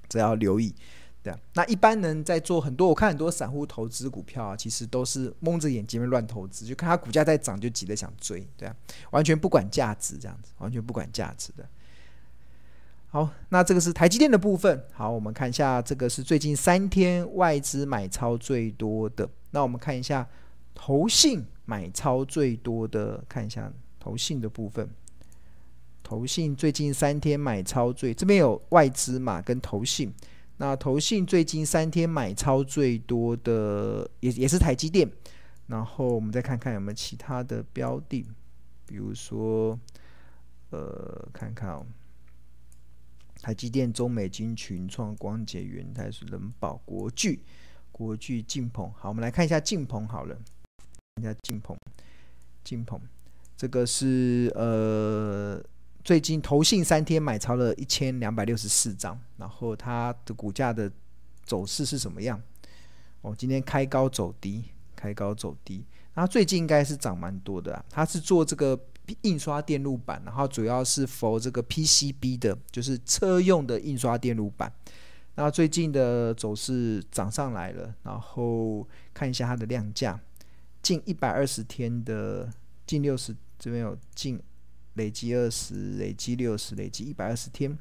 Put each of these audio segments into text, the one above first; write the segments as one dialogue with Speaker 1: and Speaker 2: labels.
Speaker 1: 这要留意。对啊，那一般人在做我看很多散户投资股票啊，其实都是蒙着眼睛乱投资，就看它股价在涨就急着想追，对啊，完全不管价值，这样子完全不管价值的。好，那这个是台积电的部分。好，我们看一下，这个是最近3天外资买超最多的。那我们看一下投信买超最多的，看一下投信的部分。投信最近3天买超这边有外资嘛跟投信。那投信最近3天买超最多的 也是台积电。然后我们再看看有没有其他的标的，比如说看看哦。台积电、中美金、群创、光捷、元泰、人保、国巨、晋鹏。好，我们来看一下晋鹏好了，看一下晋鹏，这个是最近投信3天买超了1264张，然后它的股价的走势是什么样？今天开高走低，然后最近应该是涨蛮多的它是做这个印刷电路板，然后主要是 for 这个 PCB 的，就是车用的印刷电路板。那最近的走势涨上来了，然后看一下它的量价，近120天的近60，这边有近累积20、累积60、累积120天，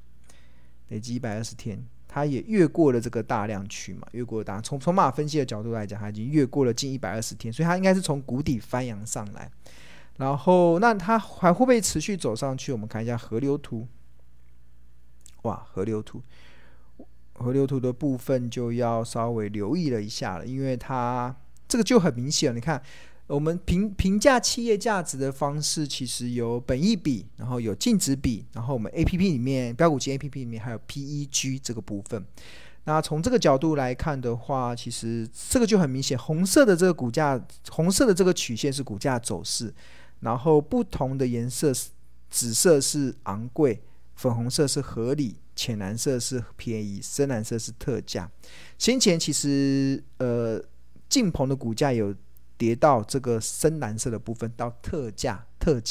Speaker 1: 它也越过了这个大量区嘛，从筹码分析的角度来讲，它已经越过了近120天，所以它应该是从谷底翻扬上来。然后那它还会不会持续走上去？我们看一下河流图。哇，河流图的部分就要稍微留意了一下了，因为它这个就很明显，你看我们评价企业价值的方式其实有本益比，然后有净值比，然后我们 APP 里面标股金 APP 里面还有 PEG 这个部分。那从这个角度来看的话，其实这个就很明显，红色的这个股价，红色的这个曲线是股价走势，然后不同的颜色，紫色是昂贵，粉红色是合理，浅蓝色是便宜，深蓝色是特价。先前其实晋鹏的股价有跌到这个深蓝色的部分，到特价，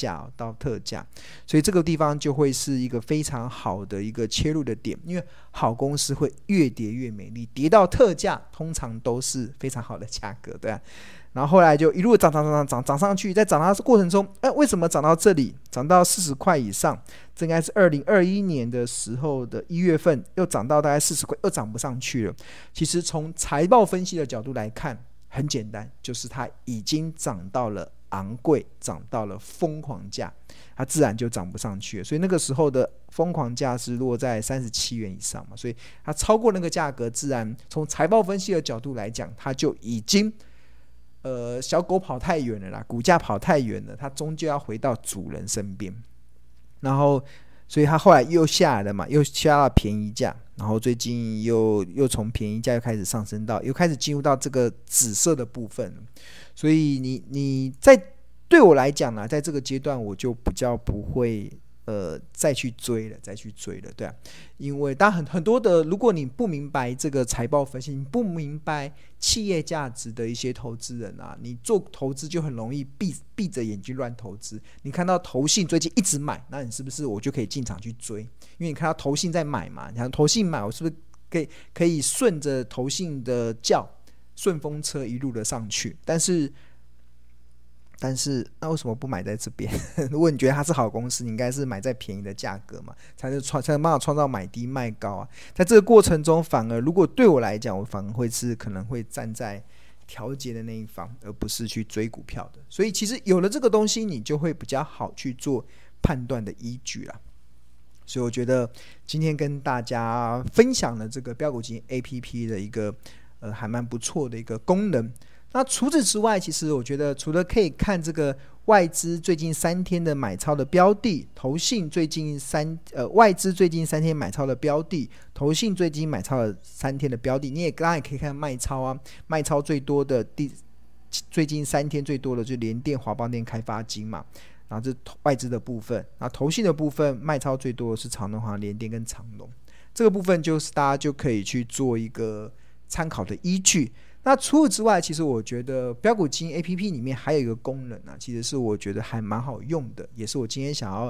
Speaker 1: 所以这个地方就会是一个非常好的一个切入的点，因为好公司会越跌越美丽，跌到特价通常都是非常好的价格，对啊。然后后来就一路涨上去，在涨的过程中，为什么涨到这里，涨到40块以上？这应该是2021年的时候的1月份，又涨到大概40块，又涨不上去了。其实从财报分析的角度来看，很简单，就是它已经涨到了昂贵，涨到了疯狂价，它自然就涨不上去了。所以那个时候的疯狂价是落在37元以上嘛，所以它超过那个价格，自然从财报分析的角度来讲，它就已经小狗跑太远了啦，股价跑太远了，它终究要回到主人身边。然后所以它后来又下来了嘛，又下到便宜价，然后最近又从便宜价又开始上升到，又开始进入到这个紫色的部分。所以你对我来讲呢，在这个阶段我就比较不会再去追了，对啊，因为当然很多的，如果你不明白这个财报分析，你不明白企业价值的一些投资人啊，你做投资就很容易闭着眼睛乱投资。你看到投信最近一直买，那你是不是我就可以进场去追？因为你看到投信在买嘛，你看投信买，我是不是可以顺着投信的叫顺风车一路的上去？但是那为什么不买在这边？如果你觉得它是好公司，你应该是买在便宜的价格嘛，才能办法创造买低卖高啊。在这个过程中，反而如果对我来讲，我反而可能会站在调节的那一方，而不是去追股票的。所以其实有了这个东西，你就会比较好去做判断的依据啦。所以我觉得今天跟大家分享了这个标股金 APP 的一个还蛮不错的一个功能。那除此之外，其实我觉得除了可以看这个外资最近3天的买超的标的，投信最近外资最近3天买超的标的，投信最近买超了3天的标的，你也当然可以看卖超啊，卖超最多的最近3天最多的就是联电、华邦电、开发金嘛，然后这是外资的部分，然后投信的部分卖超最多的是长荣、华联电跟长荣，这个部分就是大家就可以去做一个参考的依据。那除此之外，其实我觉得标股金 APP 里面还有一个功能啊，其实是我觉得还蛮好用的，也是我今天想要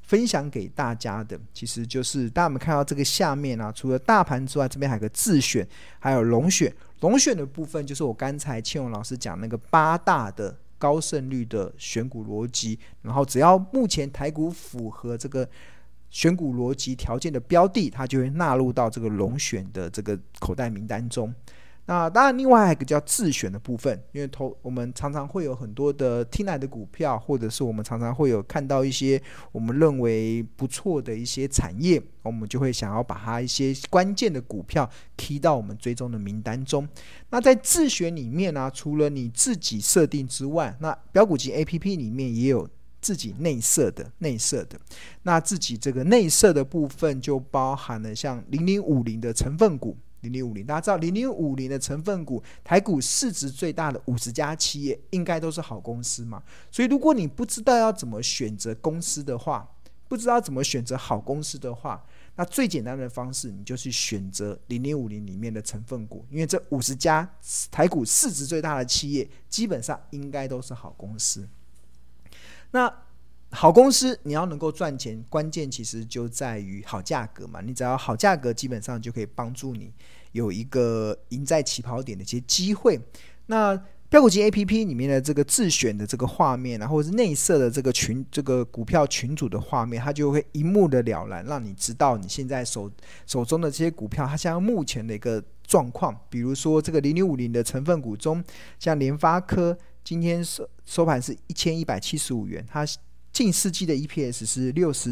Speaker 1: 分享给大家的，其实就是大家们看到这个下面啊，除了大盘之外，这边还有个自选，还有龙选。龙选的部分就是我刚才庆荣老师讲那个8大的高胜率的选股逻辑，然后只要目前台股符合这个选股逻辑条件的标的，它就会纳入到这个龙选的这个口袋名单中。那当然另外还有一个叫自选的部分，因为我们常常会有很多的听来的股票，或者是我们常常会有看到一些我们认为不错的一些产业，我们就会想要把它一些关键的股票 key 到我们追踪的名单中。那在自选里面呢，除了你自己设定之外，那标股集 APP 里面也有自己内设的，那自己这个内设的部分就包含了像0050的成分股，0050大家知道0050的成分股，台股市值最大的50家企业应该都是好公司嘛，所以如果你不知道要怎么选择公司的话，不知道怎么选择好公司的话，那最简单的方式你就去选择0050里面的成分股，因为这50家台股市值最大的企业基本上应该都是好公司。那好公司你要能够赚钱，关键其实就在于好价格嘛，你只要好价格基本上就可以帮助你有一个赢在起跑点的一些机会。那标股集 APP 里面的这个自选的这个画面啊，或者是内设的这个股票群组的画面，它就会一目的了然，让你知道你现在手中的这些股票它现在目前的一个状况。比如说这个0050的成分股中，像联发科今天收盘是1175元，它近4季的 EPS 是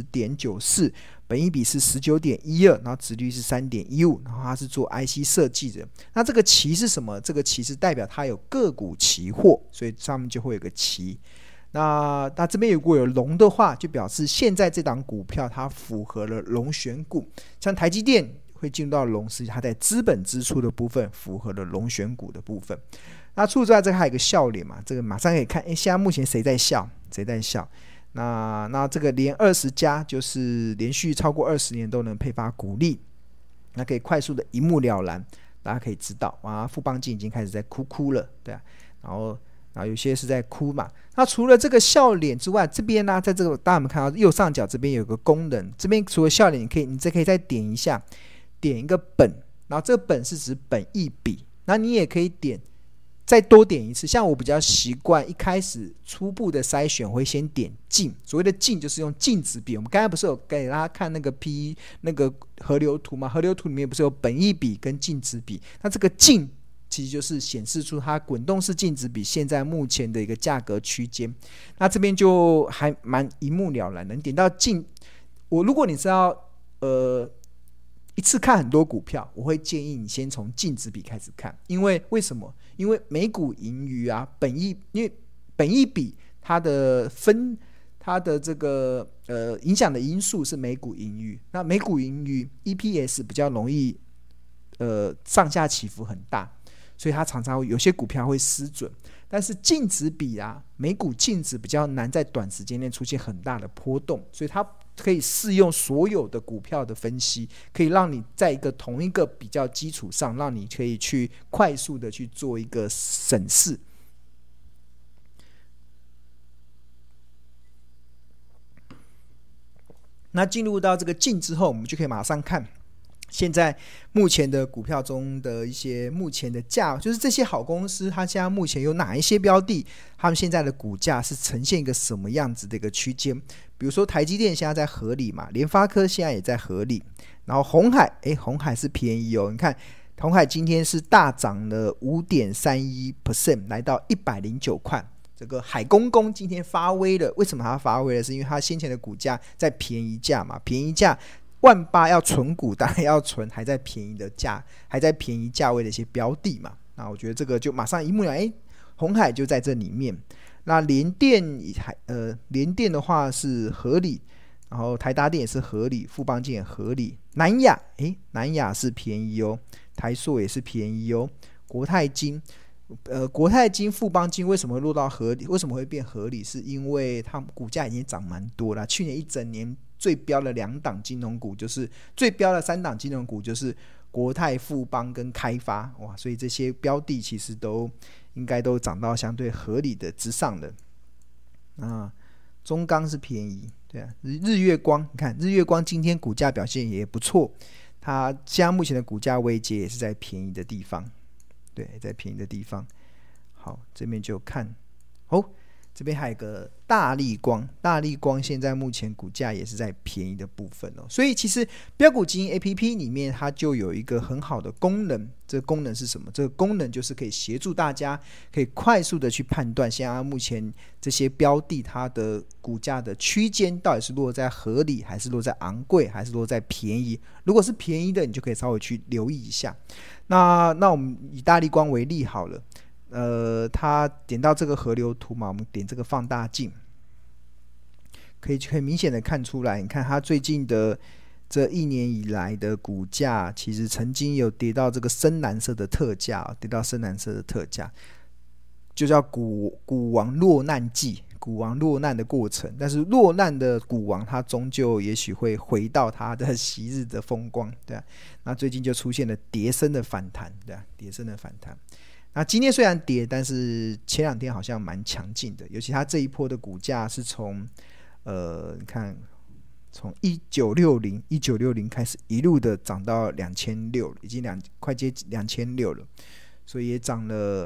Speaker 1: 60.94， 本益比是 19.12， 然后殖利率是 3.15， 然后它是做 IC 设计的。那这个期是什么？这个期是代表它有个股期货，所以上面就会有个期。那这边如果有龙的话，就表示现在这档股票它符合了龙选股，像台积电会进入到龙，是它在资本支出的部分符合了龙选股的部分。那除此之外，这个还有一个笑脸嘛，这个马上可以看，现在目前谁在笑？那这个连20家就是连续超过20年都能配发股利，那可以快速的一目了然，大家可以知道哇，富邦金已经开始在哭了，对啊，然后有些是在哭嘛。那除了这个笑脸之外，这边呢，在这个大家有看到右上角这边有个功能，这边除了笑脸，你可以再点一下，点一个本，然后这个本是指本益比，那你也可以再多点一次，像我比较习惯一开始初步的筛选会先点净，所谓的净就是用净值比。我们刚才不是有给大家看那个 P 那个河流图吗？河流图里面不是有本益比跟净值比？那这个净其实就是显示出它滚动式净值比现在目前的一个价格区间。那这边就还蛮一目了然的。你点到净，如果你是要一次看很多股票，我会建议你先从净值比开始看，为什么？因为每股盈余啊，因为本益比它的这个影响的因素是每股盈余，那每股盈余 EPS 比较容易上下起伏很大，所以它常常有些股票会失准。但是净值比啊，每股净值比较难在短时间内出现很大的波动，所以它可以适用所有的股票的分析，可以让你在同一个比较基础上，让你可以去快速的去做一个审视。那进入到这个净之后，我们就可以马上看现在目前的股票中的一些目前的价，就是这些好公司它现在目前有哪一些标的，他们现在的股价是呈现一个什么样子的一个区间。比如说台积电现在在合理嘛，联发科现在也在合理，然后鸿海是便宜哦，你看鸿海今天是大涨了 5.31%， 来到109块。这个海公公今天发威了，为什么他发威了？是因为他先前的股价在便宜价嘛，便宜价18000要存股，当然要存还在便宜价位的一些标的嘛。那我觉得这个就马上一目了然，鸿海就在这里面。那联电的话是合理，然后台达电也是合理，富邦金也合理，南亚是便宜哦，台塑也是便宜哦，国泰金、富邦金为什么会落到合理？为什么会变合理？是因为他们股价已经涨蛮多了，去年一整年最标的3档金融股就是3档金融股就是国泰、富邦跟开发，哇，所以这些标的其实应该都涨到相对合理的之上的。 中钢是便宜，对啊，日月光，你看日月光今天股价表现也不错，它现在目前的股价位阶也是在便宜的地方，对，在便宜的地方。好，这边就看这边还有一个大立光，大立光现在目前股价也是在便宜的部分所以其实标股基金 APP 里面它就有一个很好的功能，这个功能是什么？这个功能就是可以协助大家可以快速的去判断现在目前这些标的它的股价的区间到底是落在合理，还是落在昂贵，还是落在便宜。如果是便宜的，你就可以稍微去留意一下。那我们以大立光为例好了，它点到这个河流图嘛，我们点这个放大镜，可以明显的看出来，你看它最近的这1年以来的股价，其实曾经有跌到这个深蓝色的特价，跌到深蓝色的特价，就叫股王落难记，股王落难的过程。但是落难的股王，他终究也许会回到他的昔日的风光，对啊。那最近就出现了跌深的反弹，对啊，跌深的反弹。那今天虽然跌，但是前2天好像蛮强劲的，尤其它这一波的股价是从你看从1960开始一路的涨到2600，已经快接2600了，所以也涨了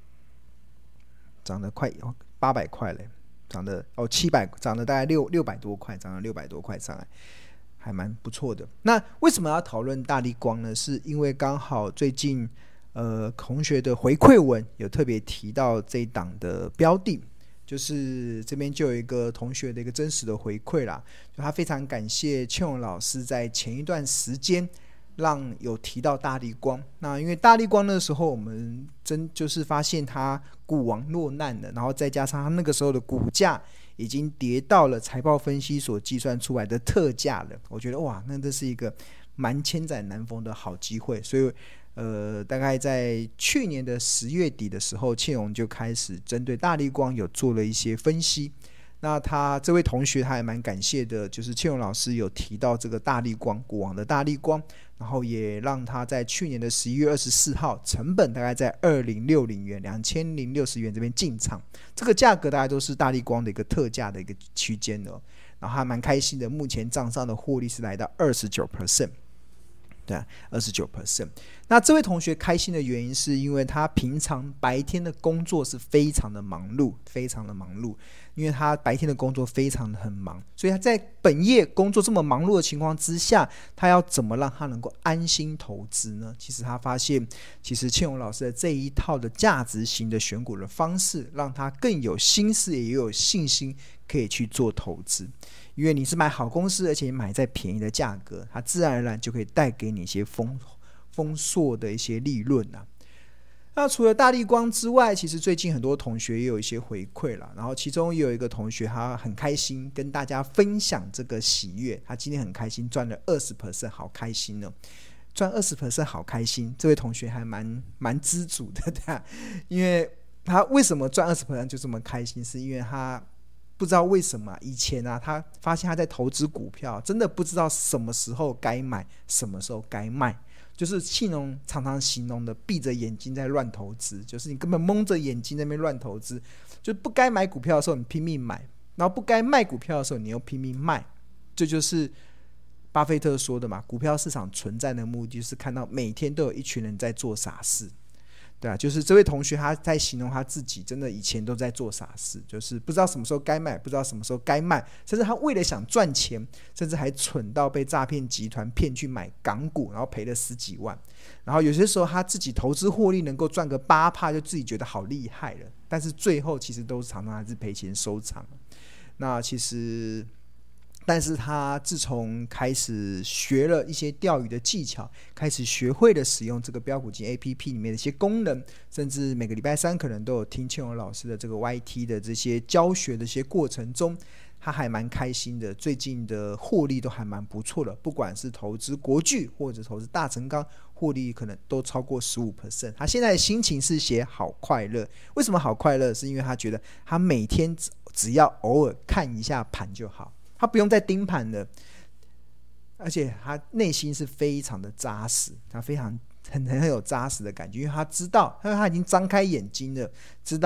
Speaker 1: 快800块了，涨了700，涨了大概600多块，涨了600多块上来，还蛮不错的。那为什么要讨论大立光呢？是因为刚好最近同学的回馈文有特别提到这一档的标的，就是这边就有一个同学的一个真实的回馈啦，就他非常感谢庆荣老师在前一段时间有提到大立光。那因为大立光那时候我们就是发现他股王落难了，然后再加上他那个时候的股价已经跌到了财报分析所计算出来的特价了，我觉得哇，那这是一个蛮千载难逢的好机会。所以大概在去年的10月底的时候，庆荣就开始针对大立光有做了一些分析。那他这位同学他还蛮感谢的，就是庆荣老师有提到这个大立光，股王的大立光，然后也让他在去年的11月24号成本大概在2060元2060元这边进场，这个价格大概都是大立光的一个特价的一个区间了。然后还蛮开心的，目前账上的获利是来到 29%，对啊，29%。那这位同学开心的原因是因为他平常白天的工作是非常的忙碌，非常的忙碌，因为他白天的工作非常的很忙，所以他在本业工作这么忙碌的情况之下，他要怎么让他能够安心投资呢？其实他发现，其实庆荣老师的这一套的价值型的选股的方式，让他更有心思也有信心可以去做投资。因为你是买好公司，而且你买在便宜的价格，它自然而然就可以带给你一些丰硕的一些利润啊。那除了大立光之外，其实最近很多同学也有一些回馈啦，然后其中也有一个同学他很开心跟大家分享这个喜悦，他今天很开心赚了 20%， 好开心哦，赚 20% 好开心。这位同学还蛮知足的，对啊，因为他为什么赚 20% 就这么开心，是因为他不知道为什么以前啊，他发现他在投资股票真的不知道什么时候该买，什么时候该卖，就是庆荣常常形容的闭着眼睛在乱投资，就是你根本蒙着眼睛在那边乱投资，就不该买股票的时候你拼命买，然后不该卖股票的时候你又拼命卖。这就是巴菲特说的嘛，股票市场存在的目的就是看到每天都有一群人在做傻事，对啊，就是这位同学他在形容他自己真的以前都在做傻事，就是不知道什么时候该卖，不知道什么时候该卖，甚至他为了想赚钱，甚至还蠢到被诈骗集团骗去买港股，然后赔了10几万。然后有些时候他自己投资获利能够赚个 8%， 就自己觉得好厉害了，但是最后其实都常常还是赔钱收场。那其实但是他自从开始学了一些钓鱼的技巧，开始学会了使用这个标股金 APP 里面的一些功能，甚至每个礼拜3可能都有听庆荣老师的这个 YT 的这些教学的一些过程中，他还蛮开心的，最近的获利都还蛮不错的，不管是投资国巨或者投资大成钢，获利可能都超过 15%。 他现在的心情是写好快乐。为什么好快乐？是因为他觉得他每天只要偶尔看一下盘就好，他不用再盯盘了，而且他内心是非常的扎实，他很有扎实的感觉，因为他知道，他已经张开眼睛了，知道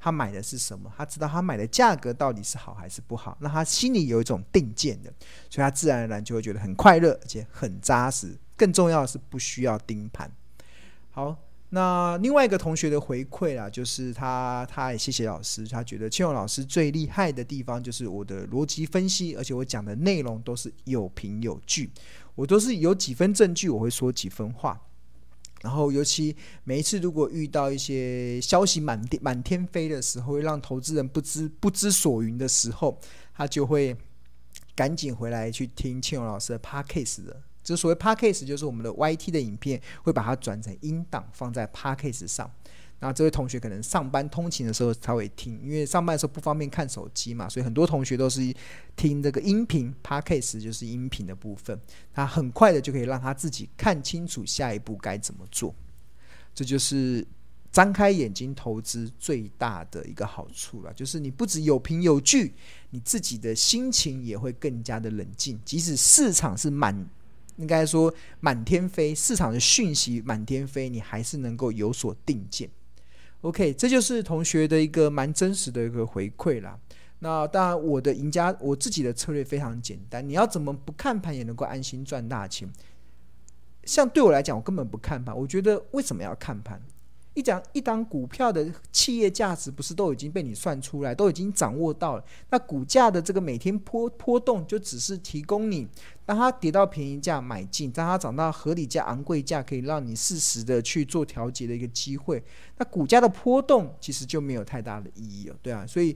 Speaker 1: 他买的是什么，他知道他买的价格到底是好还是不好，那他心里有一种定见的，所以他自然而然就会觉得很快乐，而且很扎实，更重要的是不需要盯盘。好，那另外一个同学的回馈啦，就是他也谢谢老师，他觉得庆荣老师最厉害的地方就是我的逻辑分析，而且我讲的内容都是有凭有据，我都是有几分证据我会说几分话。然后尤其每一次如果遇到一些消息满天飞的时候，会让投资人不知所云的时候，他就会赶紧回来去听庆荣老师的 Podcast 的。这所谓 Podcast 就是我们的 YT 的影片，会把它转成音档放在 Podcast 上。那这位同学可能上班通勤的时候才会听，因为上班的时候不方便看手机嘛，所以很多同学都是听这个音频 Podcast， 就是音频的部分，他很快的就可以让他自己看清楚下一步该怎么做。这就是张开眼睛投资最大的一个好处了，就是你不只有凭有据，你自己的心情也会更加的冷静，即使市场是应该说满天飞，市场的讯息满天飞，你还是能够有所定见。OK， 这就是同学的一个蛮真实的一个回馈啦。那当然我自己的策略非常简单，你要怎么不看盘也能够安心赚大钱。像对我来讲，我根本不看盘，我觉得为什么要看盘？一档股票的企业价值不是都已经被你算出来，都已经掌握到了，那股价的这个每天波动就只是提供你当它跌到便宜价买进，当它涨到合理价昂贵价可以让你适时的去做调节的一个机会，那股价的波动其实就没有太大的意义了，对啊，所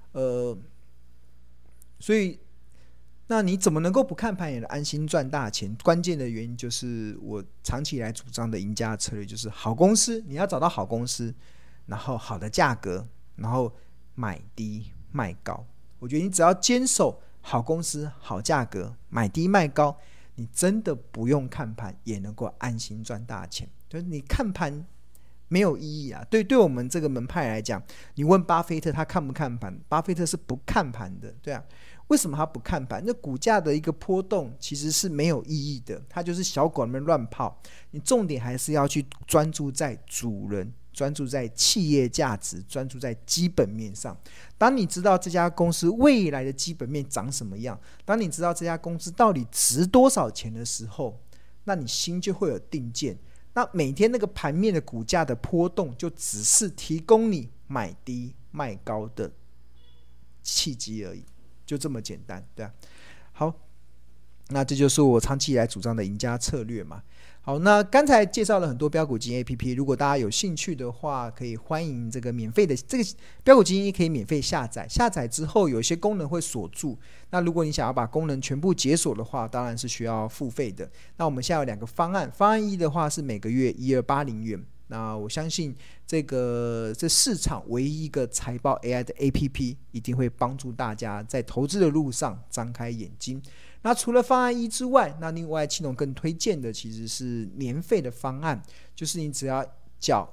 Speaker 1: 以那你怎么能够不看盘也能安心赚大钱？关键的原因就是我长期以来主张的赢家策略，就是好公司，你要找到好公司，然后好的价格，然后买低卖高。我觉得你只要坚守好公司、好价格，买低卖高，你真的不用看盘也能够安心赚大钱。就是你看盘没有意义啊！对我们这个门派来讲，你问巴菲特他看不看盘？巴菲特是不看盘的，对啊。为什么他不看盘？那股价的一个波动其实是没有意义的，它就是小狗那边乱跑。你重点还是要去专注在主人，专注在企业价值，专注在基本面上。当你知道这家公司未来的基本面长什么样，当你知道这家公司到底值多少钱的时候，那你心就会有定见。那每天那个盘面的股价的波动，就只是提供你买低卖高的契机而已。就这么简单，对啊。好，那这就是我长期以来主张的赢家策略嘛。好，那刚才介绍了很多标股基金 APP， 如果大家有兴趣的话，可以欢迎这个免费的这个标股基金可以免费下载。下载之后，有些功能会锁住。那如果你想要把功能全部解锁的话，当然是需要付费的。那我们现在有2个方案，方案1的话是每个月1280元。那我相信这市场唯一一个财报 AI 的 APP 一定会帮助大家在投资的路上张开眼睛。那除了方案1之外，那另外庆隆更推荐的其实是年费的方案，就是你只要缴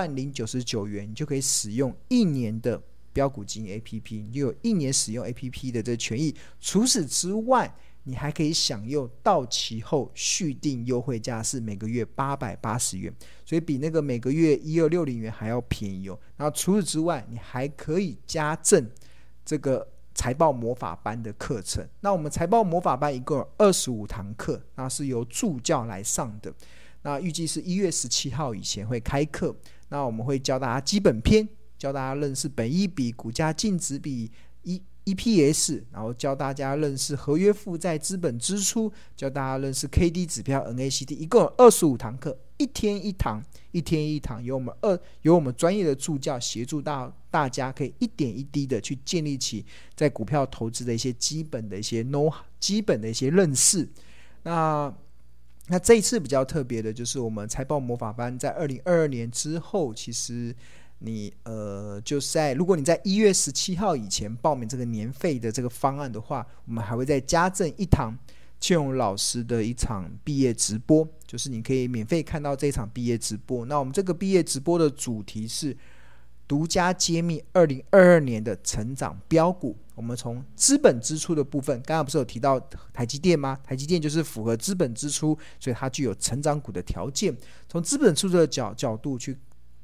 Speaker 1: 10099元，你就可以使用1年的标股基金 APP， 你就有1年使用 APP 的这个权益。除此之外，你还可以享用到期后续订优惠价是每个月880元，所以比那个每个月1260元还要便宜哦。然后除此之外，你还可以加赠这个财报魔法班的课程。那我们财报魔法班一共有25堂课，那是由助教来上的。那预计是1月17号以前会开课。那我们会教大家基本篇，教大家认识本益比、股价净值比、EPS， 然后教大家认识合约负债、资本支出，教大家认识 KD 指标、NACD， 一共有25堂课，一天一堂，由我们专业的助教协助到大家可以一点一滴的去建立起在股票投资的一些基本的一些 know， 基本的一些认识。那这一次比较特别的就是我们财报魔法班在2022年之后，其实你就是如果你在1月17号以前报名这个年费的这个方案的话，我们还会再加赠一堂庆荣老师的一场毕业直播，就是你可以免费看到这场毕业直播。那我们这个毕业直播的主题是独家揭秘2022年的成长标股。我们从资本支出的部分，刚刚不是有提到台积电吗？台积电就是符合资本支出，所以它具有成长股的条件。从资本支出的角度去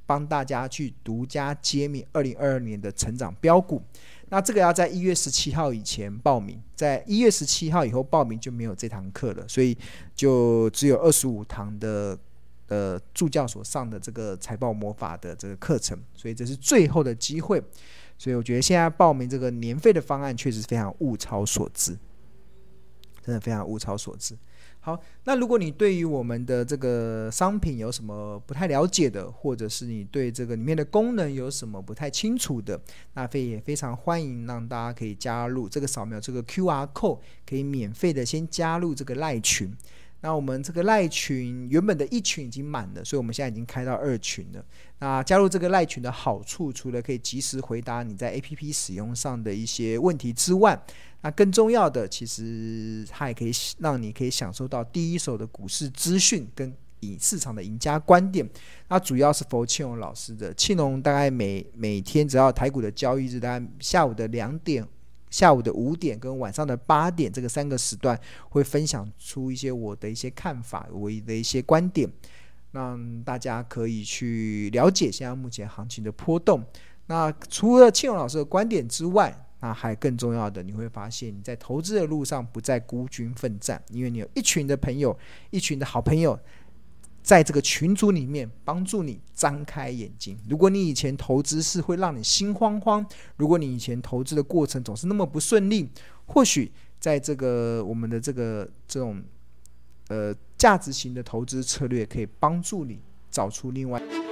Speaker 1: 帮大家去独家揭秘2022年的成长标股。那这个要在1月17号以前报名，在1月17号以后报名就没有这堂课了，所以就只有25堂的助教所上的这个财报魔法的这个课程，所以这是最后的机会。所以我觉得现在报名这个年费的方案确实非常物超所值，真的非常物超所值。好，那如果你对于我们的这个商品有什么不太了解的，或者是你对这个里面的功能有什么不太清楚的，那也非常欢迎让大家可以加入这个扫描这个 QR code， 可以免费的先加入这个赖群。那我们这个赖群原本的1群已经满了，所以我们现在已经开到2群了。那加入这个赖群的好处，除了可以及时回答你在 APP 使用上的一些问题之外，那更重要的，其实它也可以让你可以享受到第一手的股市资讯跟市场的赢家观点。那主要是for庆荣老师的，庆荣大概每天只要台股的交易日，大概下午的2点、下午的5点跟晚上的8点这个3个时段，会分享出一些我的一些看法，我的一些观点，让大家可以去了解现在目前行情的波动。那除了庆荣老师的观点之外，那还更重要的，你会发现你在投资的路上不再孤军奋战，因为你有一群的朋友，一群的好朋友在这个群组里面帮助你张开眼睛。如果你以前投资是会让你心慌慌，如果你以前投资的过程总是那么不顺利，或许在这个我们的这种价值型的投资策略可以帮助你找出另外